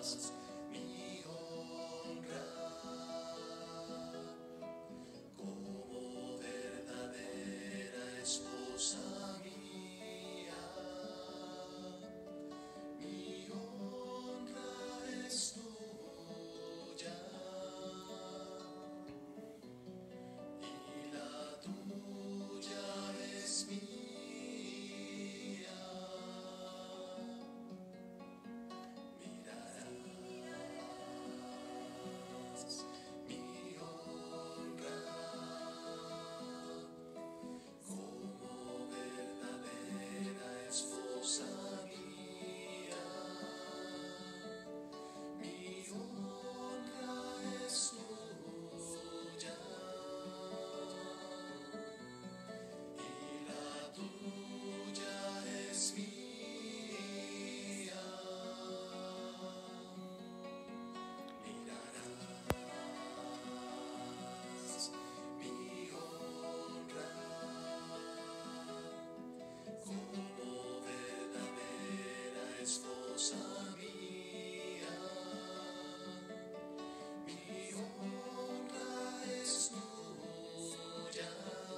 mi honra como verdadera esposa mía. Mi honra es tuya y la tuya es mía. Mi honra como verdadera esposa mía. Mi honra es tuya y la tuya es mía. Mi honra como verdadera esposa mía. Mi honra es tuya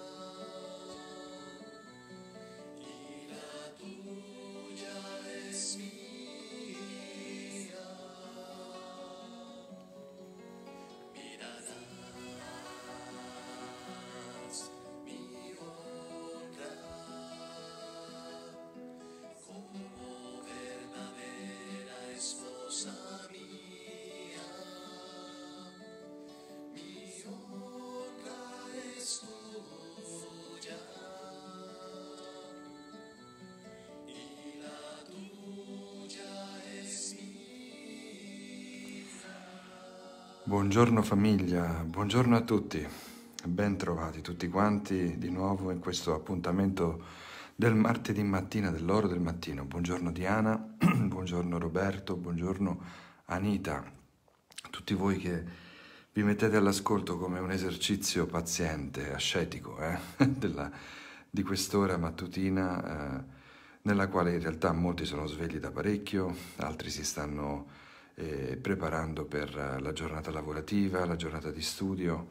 y la tuya es mía. Mi honra como verdadera esposa mía. Mi honra es tuya y la tuya es mía. Buongiorno famiglia, buongiorno a tutti, ben trovati tutti quanti di nuovo in questo appuntamento del martedì mattina, dell'oro del mattino. Buongiorno Diana, buongiorno Roberto, buongiorno Anita, tutti voi che vi mettete all'ascolto come un esercizio paziente, ascetico, di quest'ora mattutina, nella quale in realtà molti sono svegli da parecchio, altri si stanno preparando per la giornata lavorativa, la giornata di studio.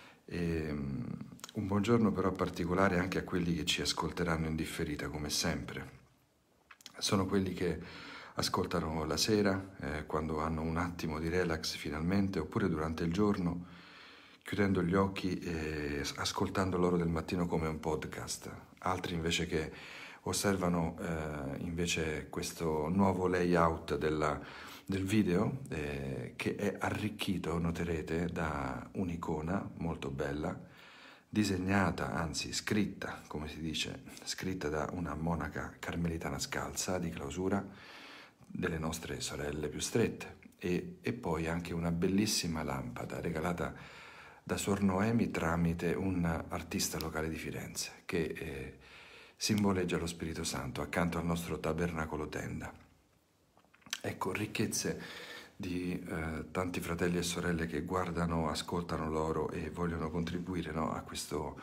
Un buongiorno però particolare anche a quelli che ci ascolteranno in differita, come sempre. Sono quelli che ascoltano la sera, quando hanno un attimo di relax finalmente, oppure durante il giorno, chiudendo gli occhi e ascoltando l'oro del mattino come un podcast. Altri invece che osservano invece questo nuovo layout del video, che è arricchito, noterete, da un'icona molto bella, disegnata, anzi scritta, come si dice, scritta da una monaca carmelitana scalza di clausura delle nostre sorelle più strette, e poi anche una bellissima lampada regalata da Suor Noemi tramite un artista locale di Firenze, che simboleggia lo Spirito Santo accanto al nostro tabernacolo tenda. Ecco, ricchezze di tanti fratelli e sorelle che guardano, ascoltano l'oro e vogliono contribuire, no, a questo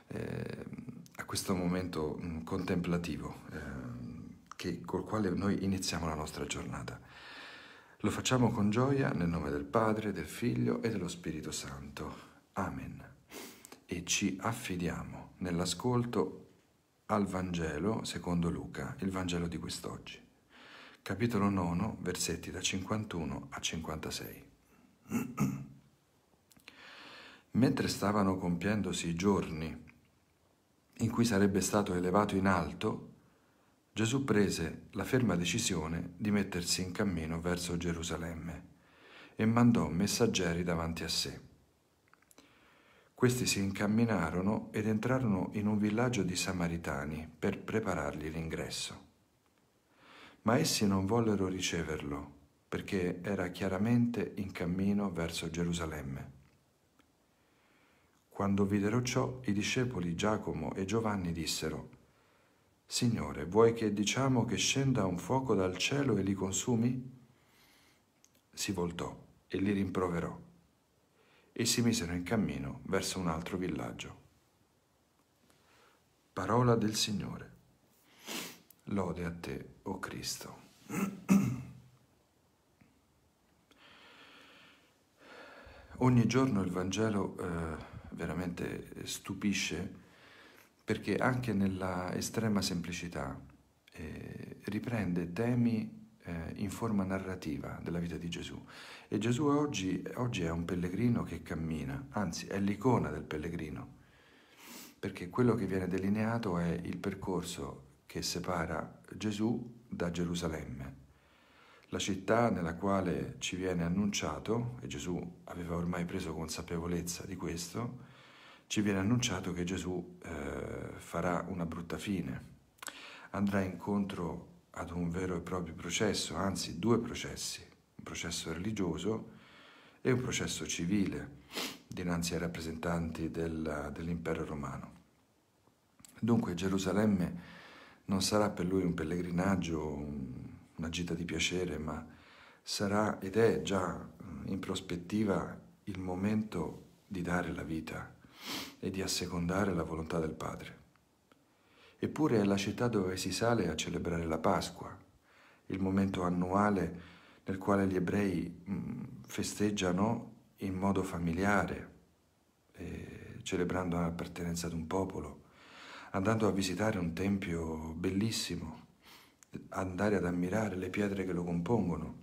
momento contemplativo col quale noi iniziamo la nostra giornata. Lo facciamo con gioia nel nome del Padre, del Figlio e dello Spirito Santo. Amen. E ci affidiamo nell'ascolto al Vangelo secondo Luca, il Vangelo di quest'oggi. Capitolo 9, versetti da 51 a 56. Mentre stavano compiendosi i giorni in cui sarebbe stato elevato in alto, Gesù prese la ferma decisione di mettersi in cammino verso Gerusalemme e mandò messaggeri davanti a sé. Questi si incamminarono ed entrarono in un villaggio di Samaritani per preparargli l'ingresso. Ma essi non vollero riceverlo, perché era chiaramente in cammino verso Gerusalemme. Quando videro ciò, i discepoli Giacomo e Giovanni dissero: «Signore, vuoi che diciamo che scenda un fuoco dal cielo e li consumi?» Si voltò e li rimproverò, e si misero in cammino verso un altro villaggio. Parola del Signore. Lode a te, o Cristo. Ogni giorno il Vangelo veramente stupisce perché anche nella estrema semplicità riprende temi in forma narrativa della vita di Gesù. E Gesù oggi è un pellegrino che cammina, anzi è l'icona del pellegrino, perché quello che viene delineato è il percorso che separa Gesù da Gerusalemme, la città nella quale ci viene annunciato, e Gesù aveva ormai preso consapevolezza di questo, ci viene annunciato che Gesù farà una brutta fine, andrà incontro ad un vero e proprio processo, anzi 2 processi, un processo religioso e un processo civile dinanzi ai rappresentanti dell'impero romano. Dunque Gerusalemme non sarà per lui un pellegrinaggio, una gita di piacere, ma sarà ed è già in prospettiva il momento di dare la vita e di assecondare la volontà del Padre. Eppure è la città dove si sale a celebrare la Pasqua, il momento annuale nel quale gli ebrei festeggiano in modo familiare, celebrando l'appartenenza ad un popolo, andando a visitare un tempio bellissimo, andare ad ammirare le pietre che lo compongono.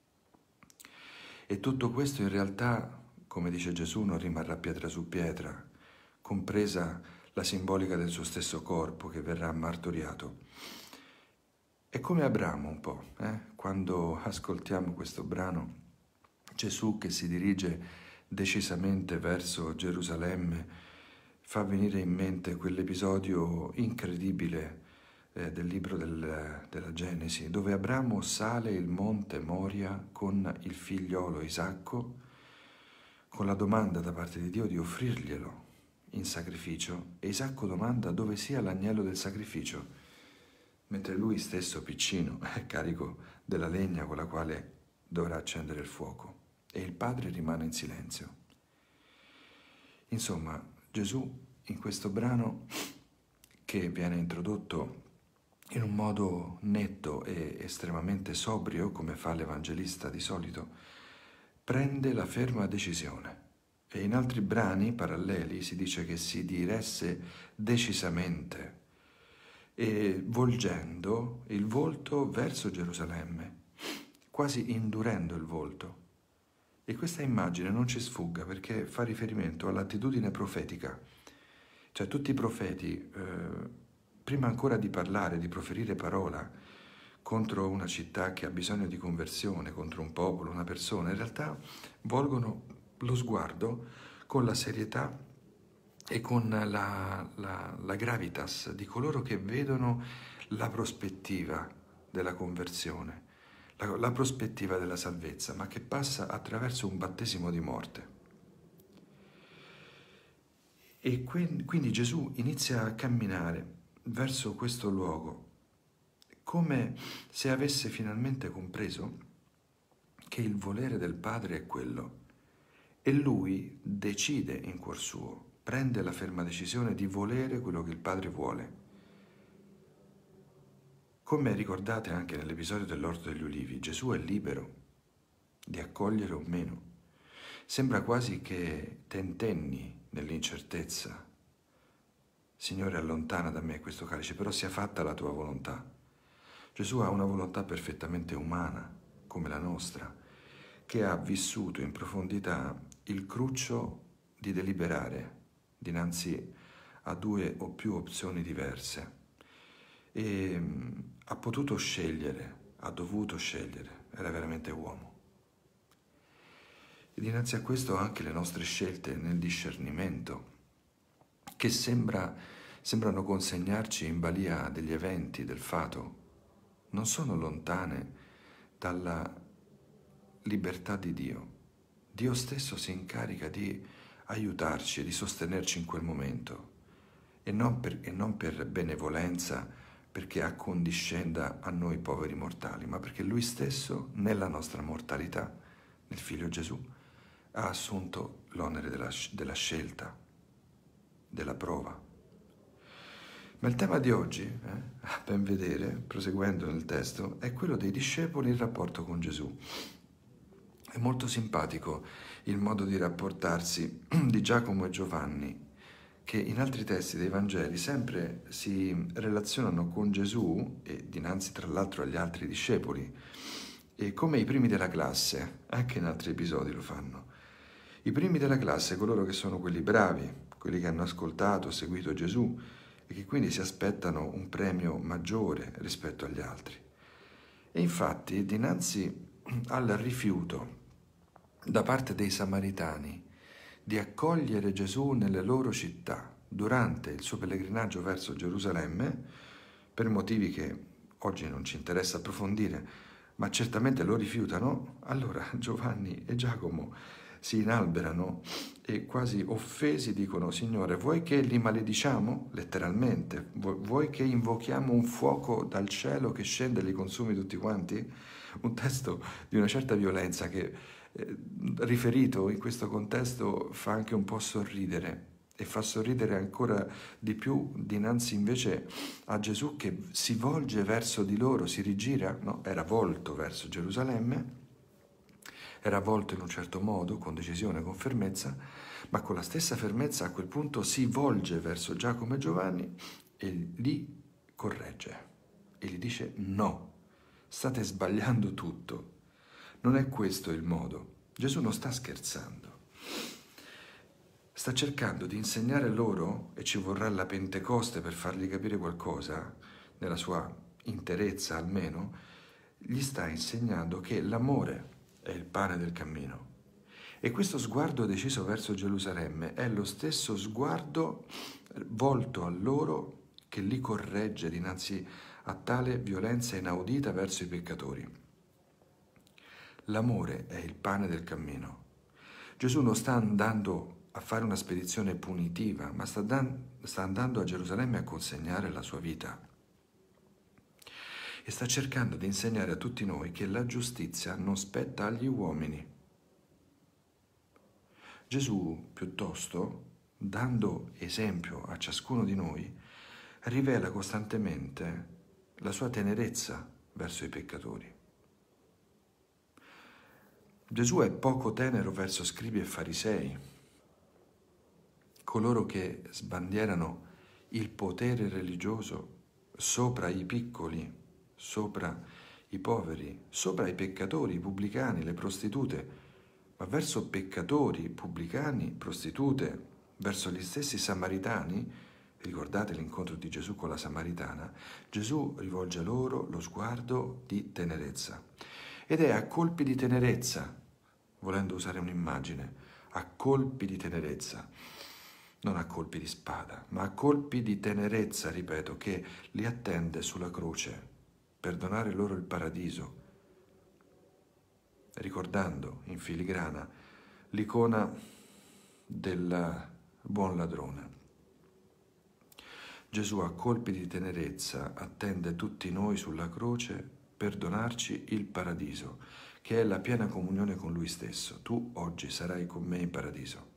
E tutto questo in realtà, come dice Gesù, non rimarrà pietra su pietra, compresa la simbolica del suo stesso corpo che verrà martoriato. È come Abramo un po', quando ascoltiamo questo brano, Gesù che si dirige decisamente verso Gerusalemme fa venire in mente quell'episodio incredibile del libro della Genesi, dove Abramo sale il monte Moria con il figliolo Isacco, con la domanda da parte di Dio di offrirglielo in sacrificio, e Isacco domanda dove sia l'agnello del sacrificio, mentre lui stesso piccino è carico della legna con la quale dovrà accendere il fuoco, e il padre rimane in silenzio. Insomma, Gesù in questo brano, che viene introdotto in un modo netto e estremamente sobrio, come fa l'Evangelista di solito, prende la ferma decisione. E in altri brani paralleli si dice che si diresse decisamente e volgendo il volto verso Gerusalemme, quasi indurendo il volto. E questa immagine non ci sfugga perché fa riferimento all'attitudine profetica. Cioè tutti i profeti, prima ancora di parlare, di proferire parola contro una città che ha bisogno di conversione, contro un popolo, una persona, in realtà volgono lo sguardo con la serietà e con la gravitas di coloro che vedono la prospettiva della conversione, la prospettiva della salvezza, ma che passa attraverso un battesimo di morte. E quindi Gesù inizia a camminare verso questo luogo come se avesse finalmente compreso che il volere del Padre è quello, e lui decide in cuor suo, prende la ferma decisione di volere quello che il Padre vuole. Come ricordate anche nell'episodio dell'Orto degli Ulivi, Gesù è libero di accogliere o meno. Sembra quasi che tentenni nell'incertezza. Signore, allontana da me questo calice, però sia fatta la tua volontà. Gesù ha una volontà perfettamente umana, come la nostra, che ha vissuto in profondità il cruccio di deliberare dinanzi a 2 o più opzioni diverse e ha potuto scegliere, ha dovuto scegliere, era veramente uomo. E dinanzi a questo anche le nostre scelte nel discernimento, che sembrano consegnarci in balia degli eventi, del fato, non sono lontane dalla libertà di Dio. Dio stesso si incarica di aiutarci e di sostenerci in quel momento, e non per benevolenza, perché accondiscenda a noi poveri mortali, ma perché Lui stesso, nella nostra mortalità, nel Figlio Gesù, ha assunto l'onere della scelta, della prova. Ma il tema di oggi, a ben vedere, proseguendo nel testo, è quello dei discepoli in rapporto con Gesù. È molto simpatico il modo di rapportarsi di Giacomo e Giovanni, che in altri testi dei Vangeli sempre si relazionano con Gesù e dinanzi tra l'altro agli altri discepoli, e come i primi della classe, anche in altri episodi lo fanno. I primi della classe, coloro che sono quelli bravi, quelli che hanno ascoltato, seguito Gesù e che quindi si aspettano un premio maggiore rispetto agli altri. E infatti, dinanzi al rifiuto da parte dei Samaritani di accogliere Gesù nelle loro città durante il suo pellegrinaggio verso Gerusalemme, per motivi che oggi non ci interessa approfondire, ma certamente lo rifiutano, allora Giovanni e Giacomo si inalberano e quasi offesi dicono: Signore, vuoi che li malediciamo? Letteralmente. Vuoi che invochiamo un fuoco dal cielo che scende e li consumi tutti quanti? Un testo di una certa violenza che, riferito in questo contesto, fa anche un po' sorridere, e fa sorridere ancora di più dinanzi invece a Gesù che si volge verso di loro, si rigira, no? Era volto verso Gerusalemme, era volto in un certo modo, con decisione, con fermezza, ma con la stessa fermezza a quel punto si volge verso Giacomo e Giovanni e li corregge e gli dice: no, state sbagliando tutto, non è questo il modo. Gesù non sta scherzando. Sta cercando di insegnare loro, e ci vorrà la Pentecoste per fargli capire qualcosa, nella sua interezza almeno, gli sta insegnando che l'amore è il pane del cammino. E questo sguardo deciso verso Gerusalemme è lo stesso sguardo volto a loro che li corregge dinanzi a tale violenza inaudita verso i peccatori. L'amore è il pane del cammino. Gesù non sta andando a fare una spedizione punitiva, ma sta andando a Gerusalemme a consegnare la sua vita. E sta cercando di insegnare a tutti noi che la giustizia non spetta agli uomini. Gesù, piuttosto, dando esempio a ciascuno di noi, rivela costantemente la sua tenerezza verso i peccatori. Gesù è poco tenero verso scribi e farisei, coloro che sbandierano il potere religioso sopra i piccoli, sopra i poveri, sopra i peccatori, i pubblicani, le prostitute, ma verso peccatori, pubblicani, prostitute, verso gli stessi samaritani. Ricordate l'incontro di Gesù con la Samaritana? Gesù rivolge loro lo sguardo di tenerezza. Ed è a colpi di tenerezza, volendo usare un'immagine, a colpi di tenerezza, non a colpi di spada, ma a colpi di tenerezza, ripeto, che li attende sulla croce per donare loro il paradiso, ricordando in filigrana l'icona del buon ladrone. Gesù a colpi di tenerezza attende tutti noi sulla croce per donarci il paradiso, che è la piena comunione con Lui stesso. Tu oggi sarai con me in paradiso.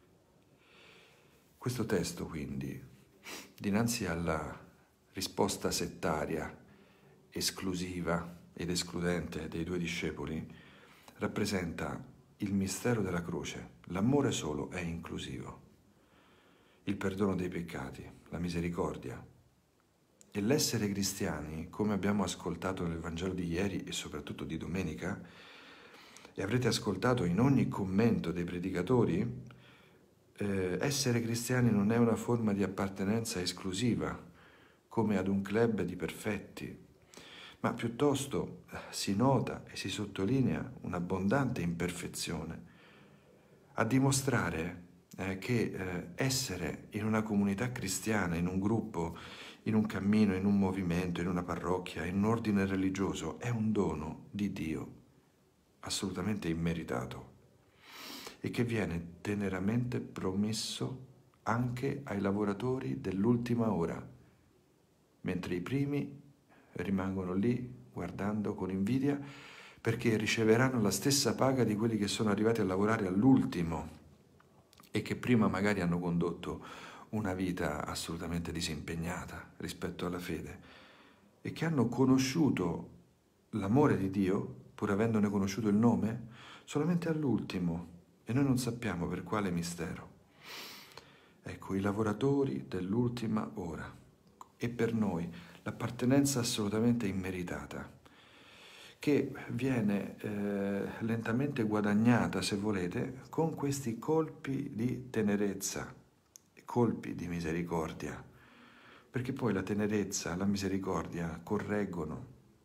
Questo testo, quindi, dinanzi alla risposta settaria, esclusiva ed escludente dei due discepoli, rappresenta il mistero della croce. L'amore solo è inclusivo, il perdono dei peccati, la misericordia. E l'essere cristiani, come abbiamo ascoltato nel Vangelo di ieri e soprattutto di domenica, e avrete ascoltato in ogni commento dei predicatori, essere cristiani non è una forma di appartenenza esclusiva, come ad un club di perfetti, ma piuttosto si nota e si sottolinea un'abbondante imperfezione, a dimostrare che essere in una comunità cristiana, in un gruppo, in un cammino, in un movimento, in una parrocchia, in un ordine religioso, è un dono di Dio, assolutamente immeritato, e che viene teneramente promesso anche ai lavoratori dell'ultima ora, mentre i primi rimangono lì guardando con invidia perché riceveranno la stessa paga di quelli che sono arrivati a lavorare all'ultimo e che prima magari hanno condotto una vita assolutamente disimpegnata rispetto alla fede e che hanno conosciuto l'amore di Dio, pur avendone conosciuto il nome, solamente all'ultimo, e noi non sappiamo per quale mistero. Ecco, i lavoratori dell'ultima ora. E per noi l'appartenenza assolutamente immeritata, che viene lentamente guadagnata, se volete, con questi colpi di tenerezza, colpi di misericordia, perché poi la tenerezza, la misericordia correggono,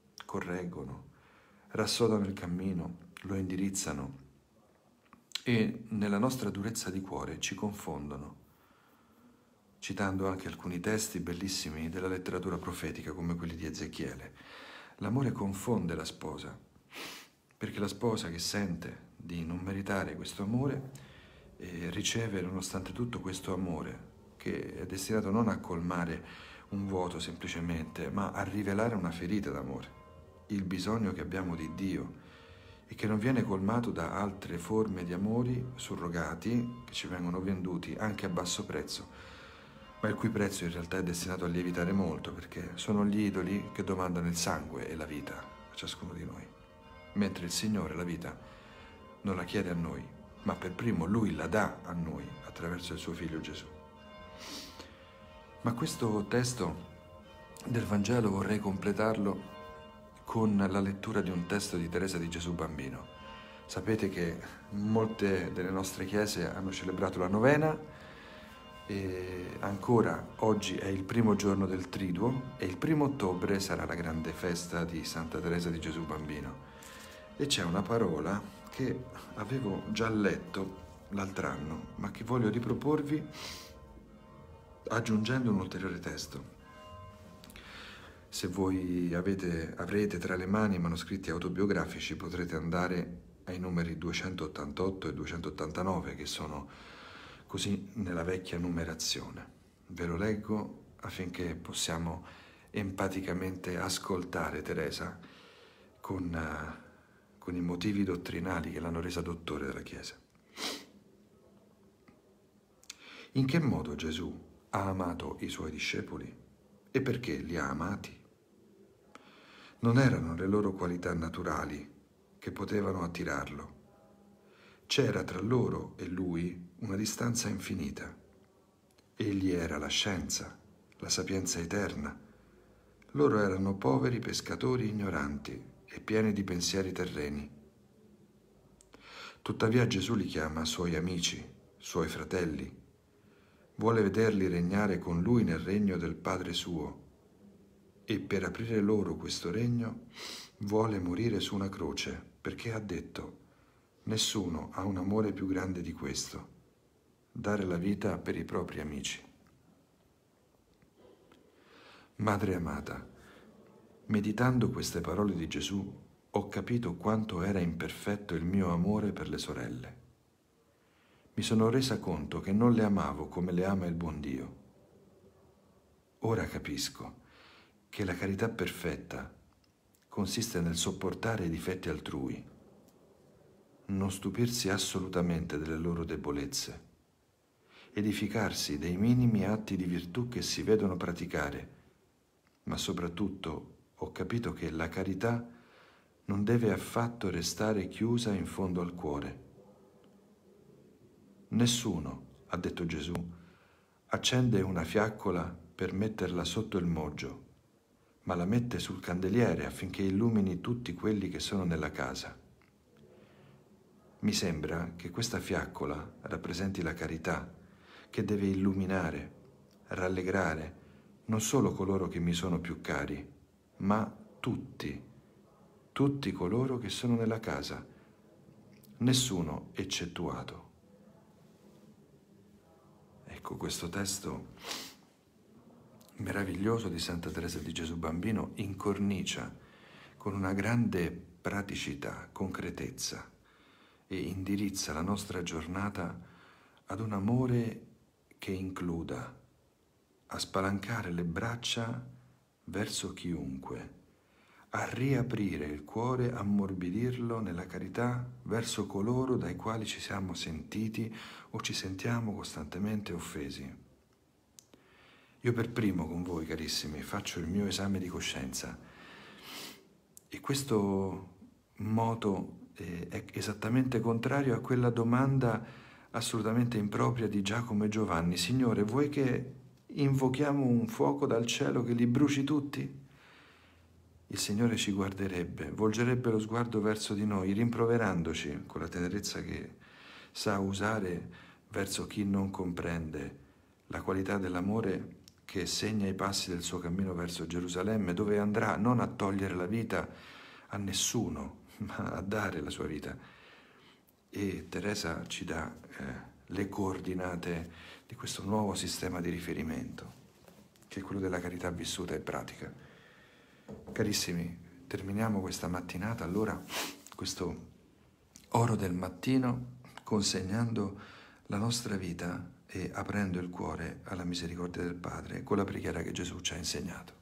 rassodano il cammino, lo indirizzano e nella nostra durezza di cuore ci confondono, citando anche alcuni testi bellissimi della letteratura profetica come quelli di Ezechiele. L'amore confonde la sposa, perché la sposa che sente di non meritare questo amore riceve nonostante tutto questo amore, che è destinato non a colmare un vuoto semplicemente, ma a rivelare una ferita d'amore, il bisogno che abbiamo di Dio e che non viene colmato da altre forme di amori surrogati che ci vengono venduti anche a basso prezzo, ma il cui prezzo in realtà è destinato a lievitare molto, perché sono gli idoli che domandano il sangue e la vita a ciascuno di noi, mentre il Signore la vita non la chiede a noi, ma per primo Lui la dà a noi attraverso il suo Figlio Gesù. Ma questo testo del Vangelo vorrei completarlo con la lettura di un testo di Teresa di Gesù Bambino. Sapete che molte delle nostre chiese hanno celebrato la novena e ancora oggi è il primo giorno del Triduo e il 1° ottobre sarà la grande festa di Santa Teresa di Gesù Bambino. E c'è una parola che avevo già letto l'altro anno, ma che voglio riproporvi aggiungendo un ulteriore testo. Se voi avrete tra le mani manoscritti autobiografici, potrete andare ai numeri 288 e 289, che sono così nella vecchia numerazione. Ve lo leggo affinché possiamo empaticamente ascoltare Teresa con i motivi dottrinali che l'hanno resa dottore della Chiesa. In che modo Gesù ha amato i suoi discepoli e perché li ha amati? Non erano le loro qualità naturali che potevano attirarlo. C'era tra loro e lui una distanza infinita. Egli era la scienza, la sapienza eterna. Loro erano poveri pescatori ignoranti e pieni di pensieri terreni. Tuttavia Gesù li chiama suoi amici, suoi fratelli. Vuole vederli regnare con lui nel regno del Padre suo e per aprire loro questo regno vuole morire su una croce, perché ha detto: nessuno ha un amore più grande di questo, dare la vita per i propri amici. Madre amata, meditando queste parole di Gesù, ho capito quanto era imperfetto il mio amore per le sorelle. Mi sono resa conto che non le amavo come le ama il buon Dio. Ora capisco che la carità perfetta consiste nel sopportare i difetti altrui, non stupirsi assolutamente delle loro debolezze, edificarsi dei minimi atti di virtù che si vedono praticare, ma soprattutto ho capito che la carità non deve affatto restare chiusa in fondo al cuore. Nessuno, ha detto Gesù, accende una fiaccola per metterla sotto il moggio, ma la mette sul candeliere affinché illumini tutti quelli che sono nella casa. Mi sembra che questa fiaccola rappresenti la carità, che deve illuminare, rallegrare non solo coloro che mi sono più cari, ma tutti coloro che sono nella casa, nessuno eccettuato. Ecco, questo testo meraviglioso di Santa Teresa di Gesù Bambino incornicia con una grande praticità, concretezza e indirizza la nostra giornata ad un amore che includa a spalancare le braccia verso chiunque, a riaprire il cuore, a ammorbidirlo nella carità verso coloro dai quali ci siamo sentiti o ci sentiamo costantemente offesi. Io per primo con voi, carissimi, faccio il mio esame di coscienza e questo moto è esattamente contrario a quella domanda assolutamente impropria di Giacomo e Giovanni. Signore, vuoi che invochiamo un fuoco dal cielo che li bruci tutti? Il Signore ci guarderebbe, volgerebbe lo sguardo verso di noi, rimproverandoci con la tenerezza che sa usare verso chi non comprende la qualità dell'amore che segna i passi del suo cammino verso Gerusalemme, dove andrà non a togliere la vita a nessuno, ma a dare la sua vita. E Teresa ci dà le coordinate di questo nuovo sistema di riferimento, che è quello della carità vissuta e pratica. Carissimi, terminiamo questa mattinata allora, questo oro del mattino, consegnando la nostra vita e aprendo il cuore alla misericordia del Padre con la preghiera che Gesù ci ha insegnato.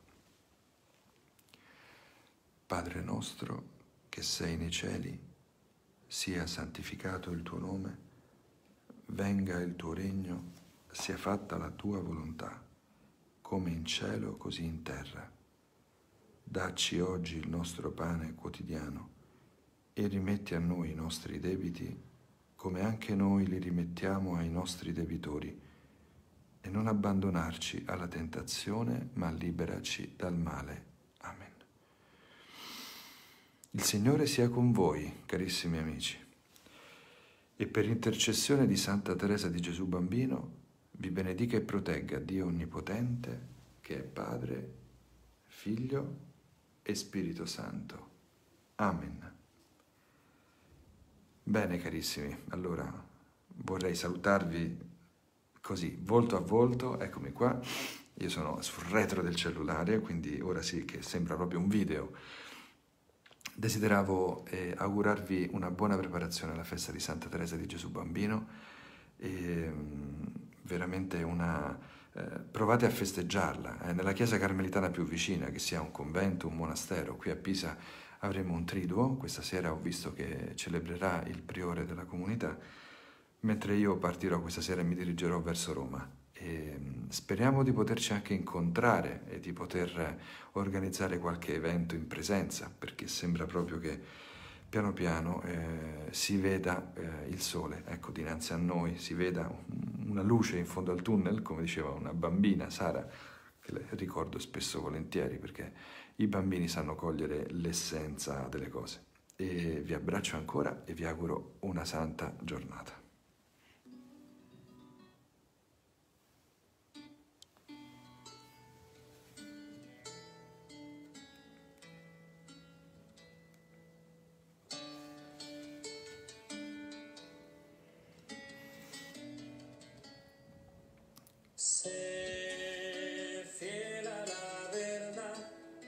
Padre nostro che sei nei cieli, sia santificato il tuo nome, venga il tuo regno, sia fatta la tua volontà, come in cielo così in terra. Dacci oggi il nostro pane quotidiano e rimetti a noi i nostri debiti, come anche noi li rimettiamo ai nostri debitori, e non abbandonarci alla tentazione, ma liberaci dal male. Amen. Il Signore sia con voi, carissimi amici, e per intercessione di Santa Teresa di Gesù Bambino vi benedica e protegga Dio Onnipotente, che è Padre, Figlio e Spirito Santo. Amen. Bene carissimi, allora vorrei salutarvi così, volto a volto, eccomi qua, io sono sul retro del cellulare, quindi ora sì che sembra proprio un video. Desideravo augurarvi una buona preparazione alla festa di Santa Teresa di Gesù Bambino, veramente provate a festeggiarla nella chiesa carmelitana più vicina, che sia un convento, un monastero. Qui a Pisa avremo un triduo, questa sera ho visto che celebrerà il priore della comunità, mentre io partirò questa sera e mi dirigerò verso Roma. E speriamo di poterci anche incontrare e di poter organizzare qualche evento in presenza, perché sembra proprio che piano piano si veda il sole, ecco, dinanzi a noi, si veda una luce in fondo al tunnel, come diceva una bambina, Sara, che le ricordo spesso volentieri, perché i bambini sanno cogliere l'essenza delle cose. E vi abbraccio ancora e vi auguro una santa giornata. Sé fiel a la verdad,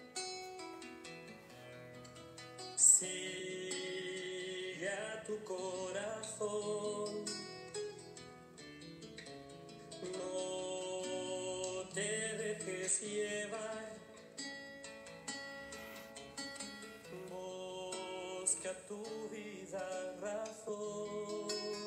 sigue a tu corazón, no te dejes llevar, busca tu vida razón.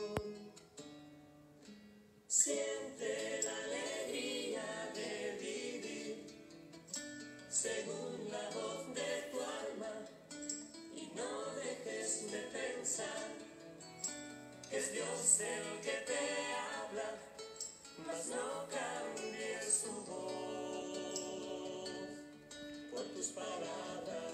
Siente la alegría de vivir según la voz de tu alma y no dejes de pensar que es Dios el que te habla, mas no cambies su voz por tus palabras.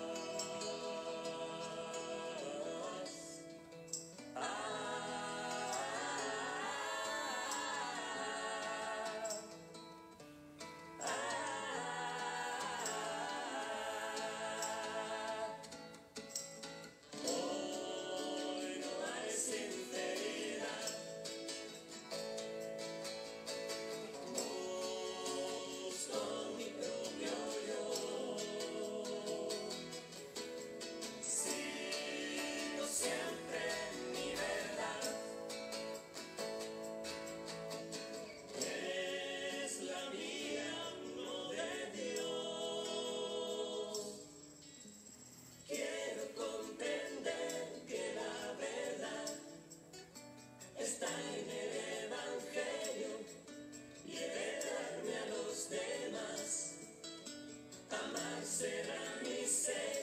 Será mi Señor.